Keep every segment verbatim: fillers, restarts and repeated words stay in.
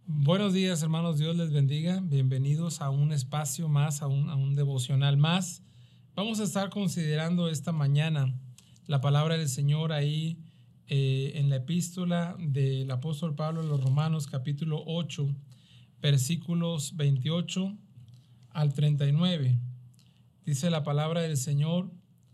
Buenos días, hermanos. Dios les bendiga. Bienvenidos a un espacio más, a un, a un devocional más. Vamos a estar considerando esta mañana la palabra del Señor ahí eh, en la epístola del apóstol Pablo a los Romanos, capítulo ocho, versículos veintiocho al treinta y nueve. Dice la palabra del Señor: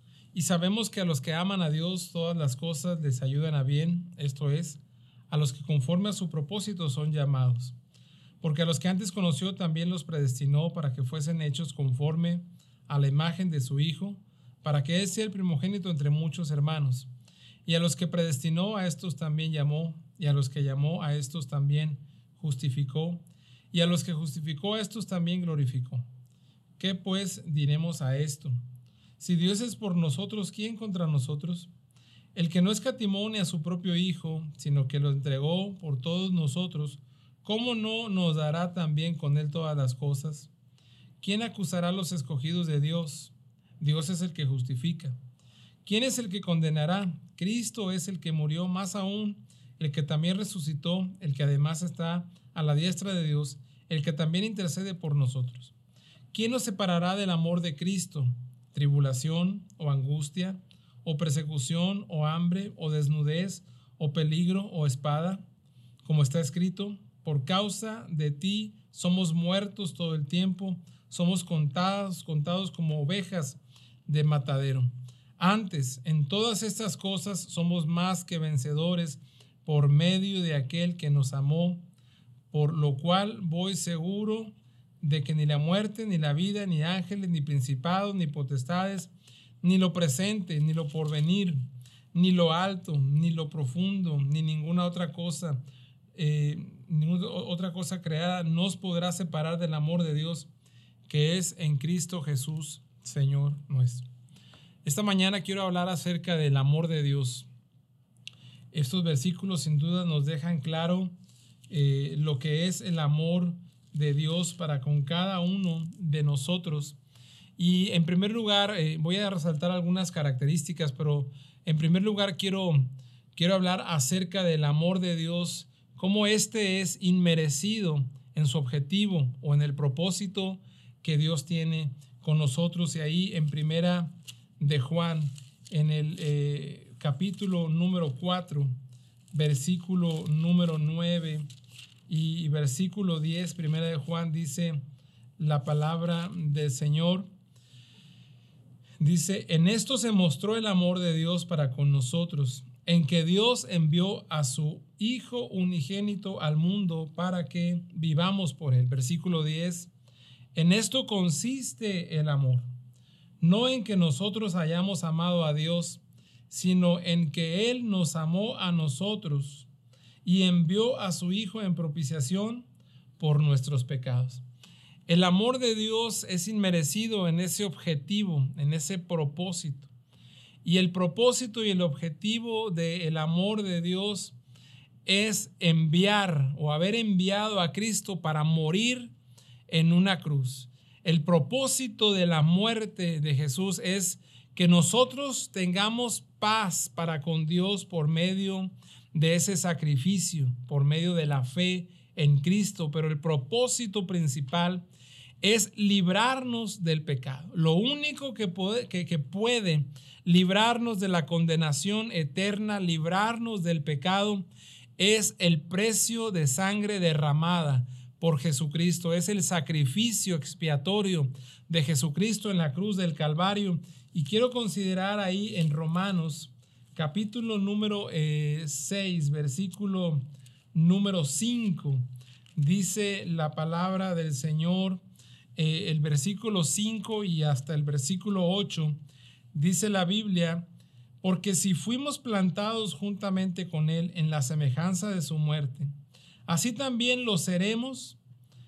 y sabemos que a los que aman a Dios todas las cosas les ayudan a bien, esto es, a los que conforme a su propósito son llamados. Porque a los que antes conoció también los predestinó para que fuesen hechos conforme a la imagen de su Hijo, para que él sea el primogénito entre muchos hermanos. Y a los que predestinó, a estos también llamó, y a los que llamó, a estos también justificó, y a los que justificó, a estos también glorificó. ¿Qué pues diremos a esto? Si Dios es por nosotros, ¿quién contra nosotros? El que no escatimó ni a su propio Hijo, sino que lo entregó por todos nosotros, ¿cómo no nos dará también con él todas las cosas? ¿Quién acusará a los escogidos de Dios? Dios es el que justifica. ¿Quién es el que condenará? Cristo es el que murió, más aún, el que también resucitó, el que además está a la diestra de Dios, el que también intercede por nosotros. ¿Quién nos separará del amor de Cristo? ¿Tribulación o angustia, o persecución o hambre, o desnudez, o peligro o espada? Como está escrito: por causa de ti somos muertos todo el tiempo, somos contados, contados como ovejas de matadero. Antes, en todas estas cosas somos más que vencedores por medio de aquel que nos amó, por lo cual voy seguro de que ni la muerte, ni la vida, ni ángeles, ni principados, ni potestades, ni lo presente, ni lo porvenir, ni lo alto, ni lo profundo, ni ninguna otra cosa, eh, ninguna otra cosa creada nos podrá separar del amor de Dios que es en Cristo Jesús, Señor nuestro. Esta mañana quiero hablar acerca del amor de Dios. Estos versículos sin duda nos dejan claro eh, lo que es el amor de Dios para con cada uno de nosotros. Y en primer lugar, eh, voy a resaltar algunas características, pero en primer lugar quiero, quiero hablar acerca del amor de Dios, cómo este es inmerecido en su objetivo o en el propósito que Dios tiene con nosotros. Y ahí en primera de Juan, en el eh, capítulo número cuatro, versículo número nueve y versículo diez, primera de Juan, dice la palabra del Señor. Dice: en esto se mostró el amor de Dios para con nosotros, en que Dios envió a su Hijo unigénito al mundo para que vivamos por él. Versículo diez: en esto consiste el amor, no en que nosotros hayamos amado a Dios, sino en que Él nos amó a nosotros y envió a su Hijo en propiciación por nuestros pecados. El amor de Dios es inmerecido en ese objetivo, en ese propósito. Y el propósito y el objetivo del amor de Dios es enviar o haber enviado a Cristo para morir en una cruz. El propósito de la muerte de Jesús es que nosotros tengamos paz para con Dios por medio de ese sacrificio, por medio de la fe en Cristo. Pero el propósito principal es librarnos del pecado. Lo único que puede, que, que puede librarnos de la condenación eterna, librarnos del pecado, es el precio de sangre derramada por Jesucristo. Es el sacrificio expiatorio de Jesucristo en la cruz del Calvario. Y quiero considerar ahí en Romanos capítulo número eh, seis, versículo número cinco. Dice la palabra del Señor, eh, el versículo cinco y hasta el versículo ocho. Dice la Biblia: porque si fuimos plantados juntamente con él en la semejanza de su muerte, así también lo seremos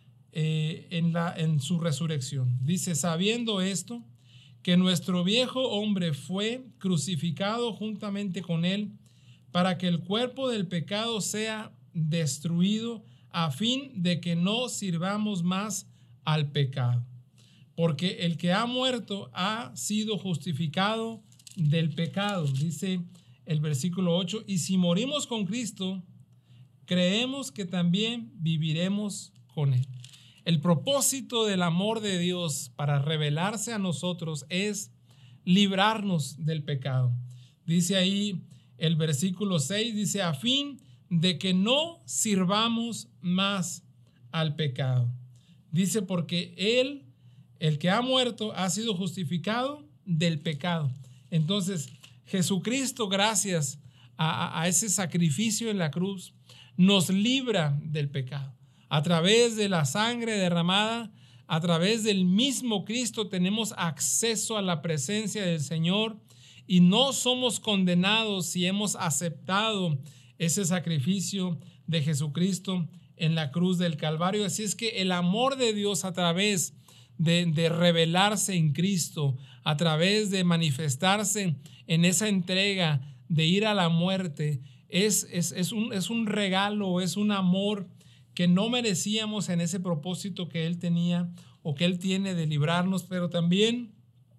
eh, en, la, en su resurrección. Dice: sabiendo esto, que nuestro viejo hombre fue crucificado juntamente con él, para que el cuerpo del pecado sea destruido, a fin de que no sirvamos más al pecado. Porque el que ha muerto ha sido justificado del pecado, dice el versículo ocho. Y si morimos con Cristo, creemos que también viviremos con Él. El propósito del amor de Dios para revelarse a nosotros es librarnos del pecado. Dice ahí el versículo seis, dice, a fin de que no sirvamos más al pecado. Dice, porque Él, el que ha muerto, ha sido justificado del pecado. Entonces, Jesucristo, gracias a, a ese sacrificio en la cruz, nos libra del pecado. A través de la sangre derramada, a través del mismo Cristo, tenemos acceso a la presencia del Señor y no somos condenados si hemos aceptado ese sacrificio de Jesucristo en la cruz del Calvario. Así es que el amor de Dios a través de, de revelarse en Cristo, a través de manifestarse en esa entrega de ir a la muerte, es, es, es, un, es un regalo, es un amor que no merecíamos en ese propósito que Él tenía o que Él tiene de librarnos. Pero también,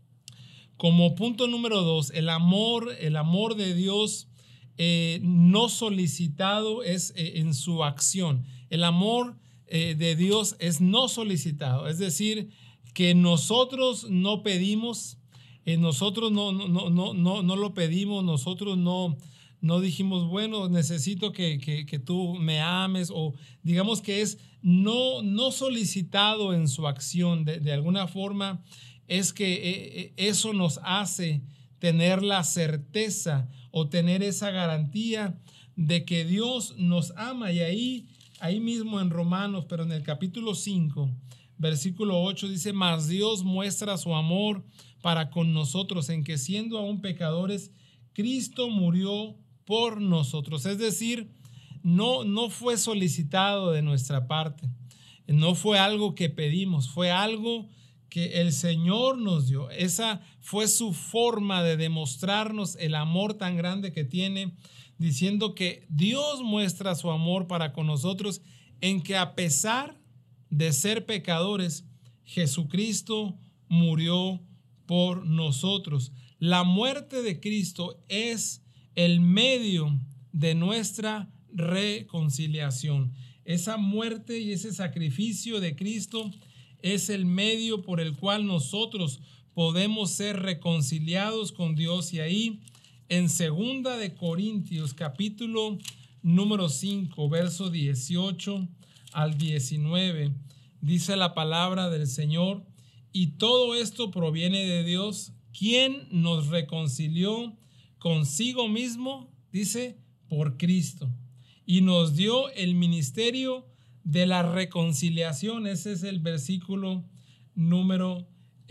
como punto número dos, el amor, el amor de Dios eh, no solicitado es eh, en su acción. El amor eh, de Dios es no solicitado, es decir, que nosotros no pedimos, eh, nosotros no, no, no, no, no lo pedimos, nosotros no, no dijimos, bueno, necesito que, que, que tú me ames, o digamos que es no, no solicitado en su acción. De, de alguna forma es que eh, eso nos hace tener la certeza o tener esa garantía de que Dios nos ama. Y ahí, ahí mismo en Romanos, pero en el capítulo cinco, versículo ocho dice, mas Dios muestra su amor para con nosotros en que siendo aún pecadores, Cristo murió por nosotros. Es decir, no, no fue solicitado de nuestra parte, no fue algo que pedimos, fue algo que el Señor nos dio. Esa fue su forma de demostrarnos el amor tan grande que tiene, diciendo que Dios muestra su amor para con nosotros en que a pesar de ser pecadores, Jesucristo murió por nosotros. La muerte de Cristo es el medio de nuestra reconciliación. Esa muerte y ese sacrificio de Cristo es el medio por el cual nosotros podemos ser reconciliados con Dios. Y ahí en segunda de Corintios capítulo número cinco, verso dieciocho al diecinueve, dice la palabra del Señor, y todo esto proviene de Dios, quien nos reconcilió consigo mismo, dice, por Cristo, y nos dio el ministerio de la reconciliación. Ese es el versículo número,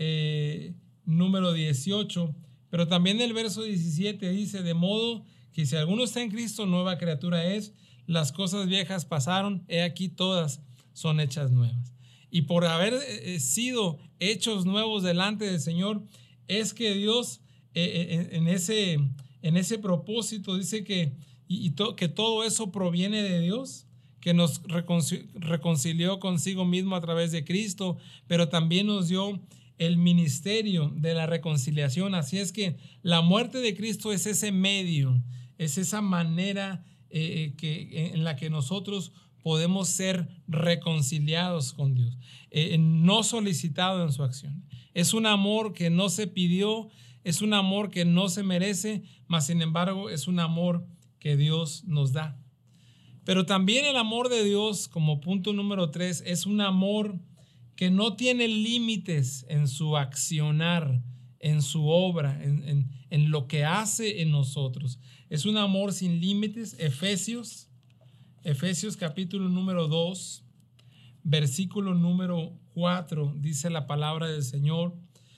eh, número dieciocho. Pero también el verso diecisiete dice, de modo que si alguno está en Cristo, nueva criatura es, las cosas viejas pasaron, he aquí todas son hechas nuevas. Y por haber eh, sido hechos nuevos delante del Señor, es que Dios eh, en, en, ese, en ese propósito dice que, y, y to, que todo eso proviene de Dios, que nos reconcilió, reconcilió consigo mismo a través de Cristo, pero también nos dio el ministerio de la reconciliación. Así es que la muerte de Cristo es ese medio, es esa manera eh, que, en la que nosotros podemos ser reconciliados con Dios, eh, no solicitado en su acción. Es un amor que no se pidió, es un amor que no se merece, mas sin embargo es un amor que Dios nos da. Pero también el amor de Dios, como punto número tres, es un amor que no tiene límites en su accionar, en su obra, en, en, en lo que hace en nosotros. Es un amor sin límites. Efesios, Efesios capítulo número dos, versículo número cuatro, dice la palabra del Señor.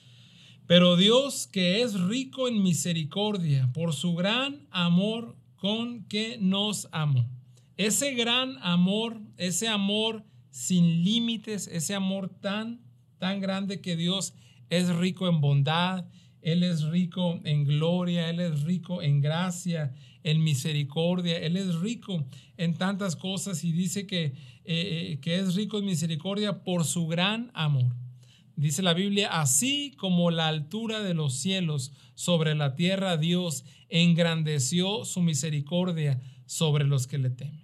Pero Dios, que es rico en misericordia, por su gran amor con que nos amó. Ese gran amor, ese amor sin límites, ese amor tan, tan grande que Dios es rico en bondad, Él es rico en gloria, Él es rico en gracia, en misericordia, Él es rico en tantas cosas, y dice que, eh, que es rico en misericordia por su gran amor. Dice la Biblia, así como la altura de los cielos sobre la tierra, Dios engrandeció su misericordia sobre los que le temen.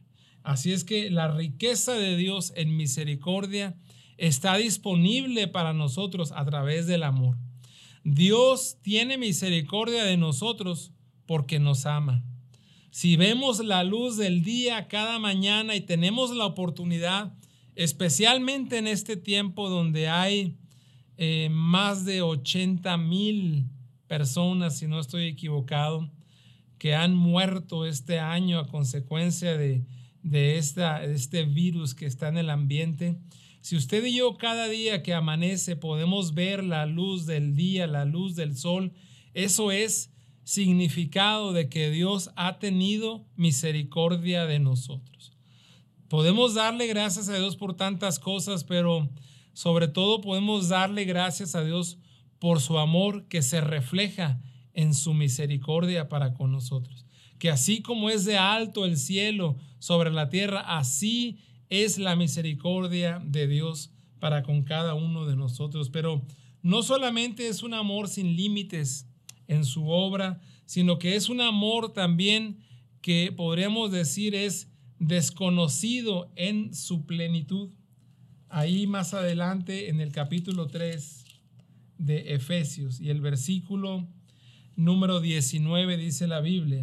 Así es que la riqueza de Dios en misericordia está disponible para nosotros a través del amor. Dios tiene misericordia de nosotros porque nos ama. Si vemos la luz del día cada mañana y tenemos la oportunidad, especialmente en este tiempo donde hay eh, más de ochenta mil personas, si no estoy equivocado, que han muerto este año a consecuencia de, de esta, este virus que está en el ambiente. Si usted y yo cada día que amanece podemos ver la luz del día, la luz del sol, eso es significado de que Dios ha tenido misericordia de nosotros. Podemos darle gracias a Dios por tantas cosas, pero sobre todo podemos darle gracias a Dios por su amor que se refleja en su misericordia para con nosotros. Que así como es de alto el cielo sobre la tierra, así es la misericordia de Dios para con cada uno de nosotros. Pero no solamente es un amor sin límites en su obra, sino que es un amor también que podríamos decir es desconocido en su plenitud. Ahí más adelante en el capítulo tres de Efesios y el versículo número diecinueve dice la Biblia: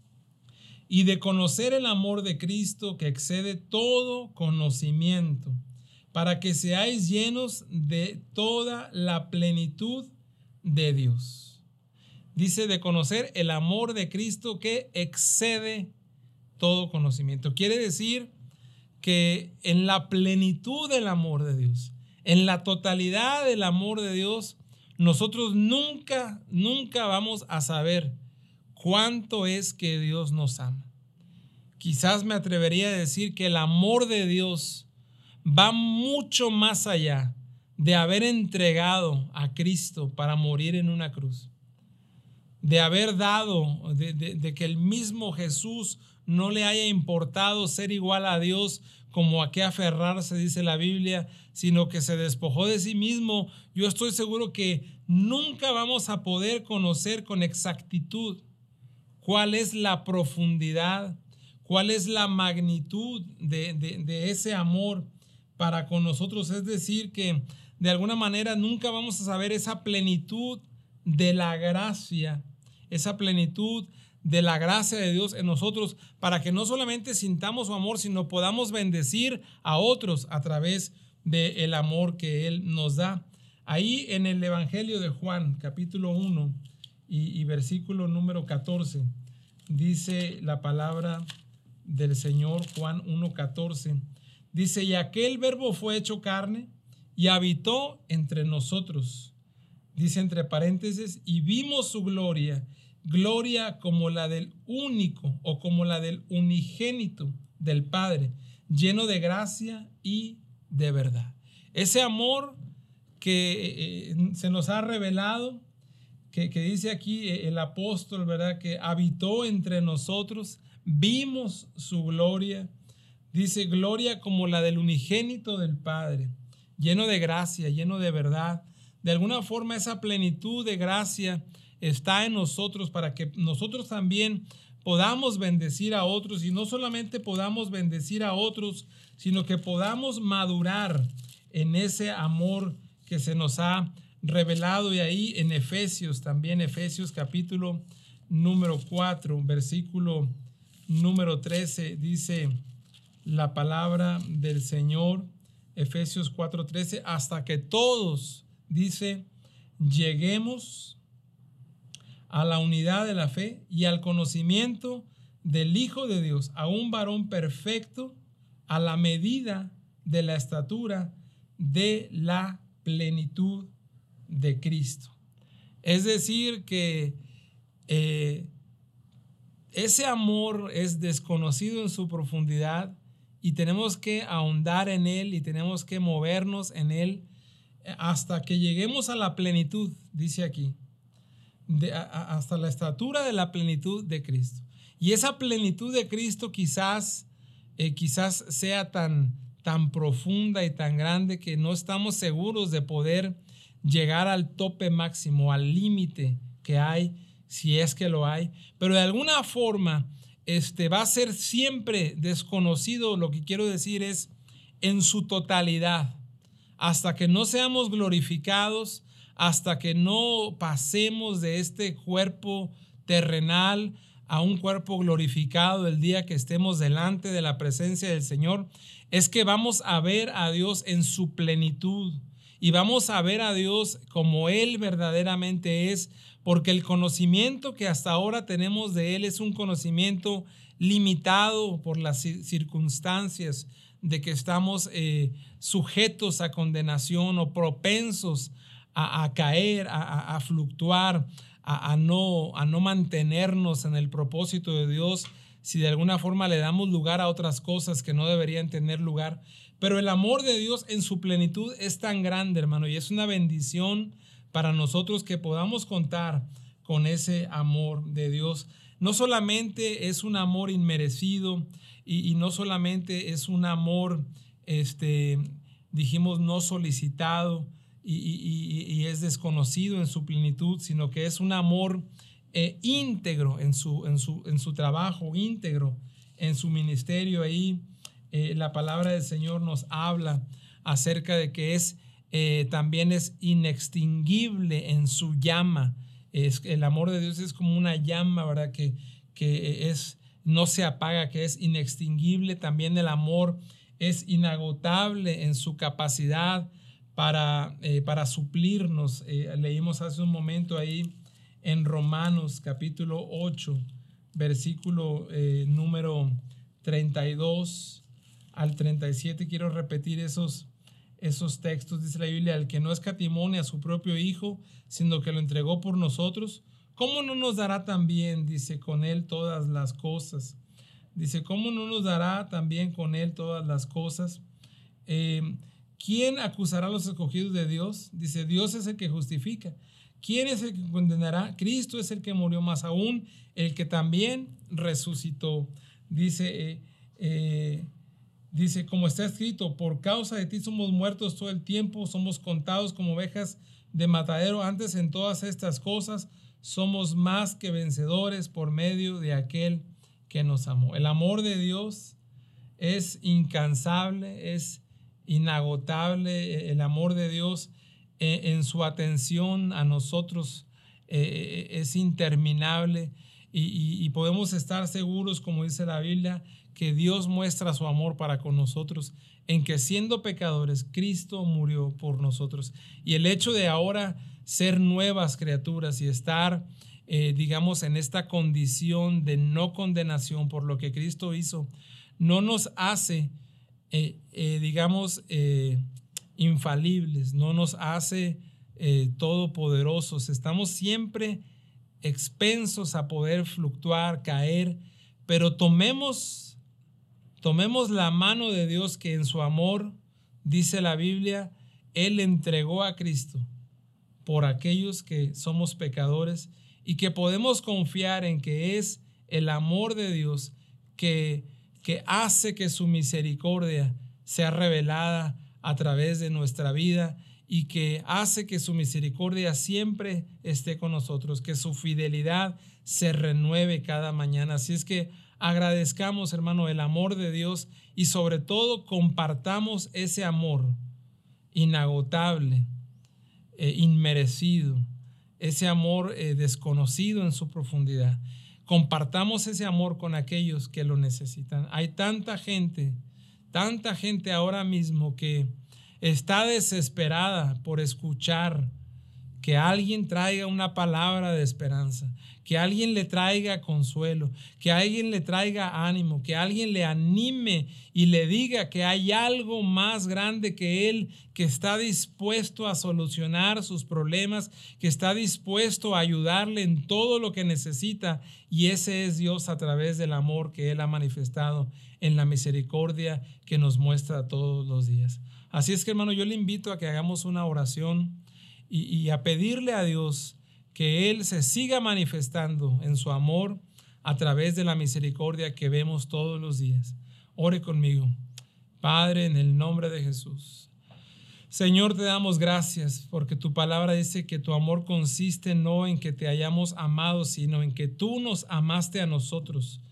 y de conocer el amor de Cristo que excede todo conocimiento, para que seáis llenos de toda la plenitud de Dios. Dice de conocer el amor de Cristo que excede todo conocimiento. Quiere decir que en la plenitud del amor de Dios, en la totalidad del amor de Dios, nosotros nunca, nunca vamos a saber cuánto es que Dios nos ama. Quizás me atrevería a decir que el amor de Dios va mucho más allá de haber entregado a Cristo para morir en una cruz, de haber dado, de, de, de que el mismo Jesús no le haya importado ser igual a Dios como a qué aferrarse, dice la Biblia, sino que se despojó de sí mismo. Yo estoy seguro que nunca vamos a poder conocer con exactitud cuál es la profundidad, cuál es la magnitud de, de, de ese amor para con nosotros. Es decir, que de alguna manera nunca vamos a saber esa plenitud de la gracia, esa plenitud de la gracia de Dios en nosotros, para que no solamente sintamos su amor, sino podamos bendecir a otros a través del amor que Él nos da. Ahí en el Evangelio de Juan, capítulo uno y, y versículo número catorce, dice la palabra del Señor, Juan uno catorce, dice: y aquel verbo fue hecho carne y habitó entre nosotros. Dice entre paréntesis: y vimos su gloria, gloria como la del único o como la del unigénito del Padre, lleno de gracia y de verdad. Ese amor que eh, se nos ha revelado, que, que dice aquí el apóstol, ¿verdad? Que habitó entre nosotros, vimos su gloria. Dice gloria como la del unigénito del Padre, lleno de gracia, lleno de verdad. De alguna forma esa plenitud de gracia está en nosotros para que nosotros también podamos bendecir a otros, y no solamente podamos bendecir a otros, sino que podamos madurar en ese amor que se nos ha revelado. Y ahí en Efesios, también Efesios capítulo número cuatro, versículo número trece, dice la palabra del Señor, Efesios cuatro trece, hasta que todos, dice, lleguemos a la unidad de la fe y al conocimiento del Hijo de Dios, a un varón perfecto, a la medida de la estatura de la plenitud de Cristo. Es decir, que eh, ese amor es desconocido en su profundidad y tenemos que ahondar en él y tenemos que movernos en él hasta que lleguemos a la plenitud, dice aquí, de, a, hasta la estatura de la plenitud de Cristo. Y esa plenitud de Cristo quizás, eh, quizás sea tan, tan profunda y tan grande que no estamos seguros de poder llegar al tope máximo, al límite que hay, si es que lo hay. Pero de alguna forma este, va a ser siempre desconocido. Lo que quiero decir es en su totalidad, hasta que no seamos glorificados, hasta que no pasemos de este cuerpo terrenal a un cuerpo glorificado el día que estemos delante de la presencia del Señor, es que vamos a ver a Dios en su plenitud y vamos a ver a Dios como Él verdaderamente es, porque el conocimiento que hasta ahora tenemos de Él es un conocimiento limitado por las circunstancias de que estamos eh, sujetos a condenación o propensos a, a caer, a, a fluctuar, a, a, no, a no mantenernos en el propósito de Dios si de alguna forma le damos lugar a otras cosas que no deberían tener lugar. Pero el amor de Dios en su plenitud es tan grande, hermano, y es una bendición para nosotros que podamos contar con ese amor de Dios. No solamente es un amor inmerecido y, y no solamente es un amor, este, dijimos, no solicitado y, y, y es desconocido en su plenitud, sino que es un amor eh, íntegro en su, en, su, en su trabajo, íntegro en su ministerio. Ahí eh, la palabra del Señor nos habla acerca de que es Eh, también es inextinguible en su llama. Es, el amor de Dios es como una llama, ¿verdad? Que, que es, no se apaga, que es inextinguible. También el amor es inagotable en su capacidad para, eh, para suplirnos. Eh, leímos hace un momento ahí en Romanos capítulo ocho, versículo eh, número treinta y dos al treinta y siete. Quiero repetir esos Esos textos. Dice la Biblia: al que no escatimó ni a su propio Hijo, sino que lo entregó por nosotros, ¿cómo no nos dará también, dice, con él todas las cosas? Dice, ¿cómo no nos dará también con él todas las cosas? Eh, ¿Quién acusará a los escogidos de Dios? Dice, Dios es el que justifica. ¿Quién es el que condenará? Cristo es el que murió, más aún el que también resucitó. Dice, eh, eh, Dice, como está escrito, por causa de ti somos muertos todo el tiempo, somos contados como ovejas de matadero. Antes en todas estas cosas somos más que vencedores por medio de aquel que nos amó. El amor de Dios es incansable, es inagotable. El amor de Dios eh, en su atención a nosotros eh, es interminable y, y, y podemos estar seguros, como dice la Biblia, que Dios muestra su amor para con nosotros en que siendo pecadores, Cristo murió por nosotros. Y el hecho de ahora ser nuevas criaturas y estar, eh, digamos, en esta condición de no condenación por lo que Cristo hizo, no nos hace, eh, eh, digamos, eh, infalibles, no nos hace eh, todopoderosos. Estamos siempre expensos a poder fluctuar, caer, pero tomemos Tomemos la mano de Dios que en su amor, dice la Biblia, Él entregó a Cristo por aquellos que somos pecadores y que podemos confiar en que es el amor de Dios que, que hace que su misericordia sea revelada a través de nuestra vida y que hace que su misericordia siempre esté con nosotros, que su fidelidad se renueve cada mañana. Así es que agradezcamos, hermano, el amor de Dios y sobre todo compartamos ese amor inagotable, eh, inmerecido, ese amor eh, desconocido en su profundidad. Compartamos ese amor con aquellos que lo necesitan. Hay tanta gente, tanta gente ahora mismo que está desesperada por escuchar que alguien traiga una palabra de esperanza, que alguien le traiga consuelo, que alguien le traiga ánimo, que alguien le anime y le diga que hay algo más grande que él, que está dispuesto a solucionar sus problemas, que está dispuesto a ayudarle en todo lo que necesita, y ese es Dios a través del amor que Él ha manifestado en la misericordia que nos muestra todos los días. Así es que, hermano, yo le invito a que hagamos una oración y, y a pedirle a Dios que Él se siga manifestando en su amor a través de la misericordia que vemos todos los días. Ore conmigo. Padre, en el nombre de Jesús. Señor, te damos gracias porque tu palabra dice que tu amor consiste no en que te hayamos amado, sino en que tú nos amaste a nosotros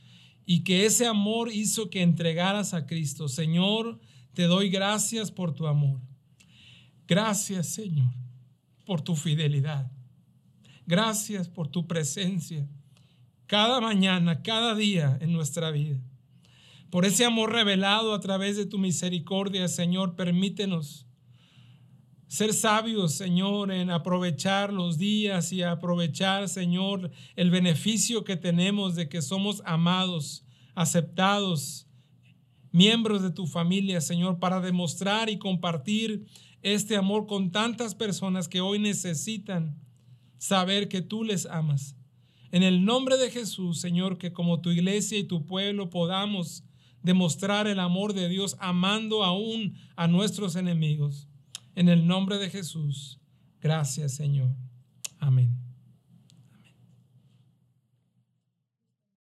y que ese amor hizo que entregaras a Cristo. Señor, te doy gracias por tu amor. Gracias, Señor, por tu fidelidad. Gracias por tu presencia cada mañana, cada día en nuestra vida. Por ese amor revelado a través de tu misericordia, Señor, permítenos ser sabios, Señor, en aprovechar los días y aprovechar, Señor, el beneficio que tenemos de que somos amados, aceptados, miembros de tu familia, Señor, para demostrar y compartir este amor con tantas personas que hoy necesitan saber que tú les amas. En el nombre de Jesús, Señor, que como tu iglesia y tu pueblo podamos demostrar el amor de Dios amando aún a nuestros enemigos. En el nombre de Jesús. Gracias, Señor. Amén.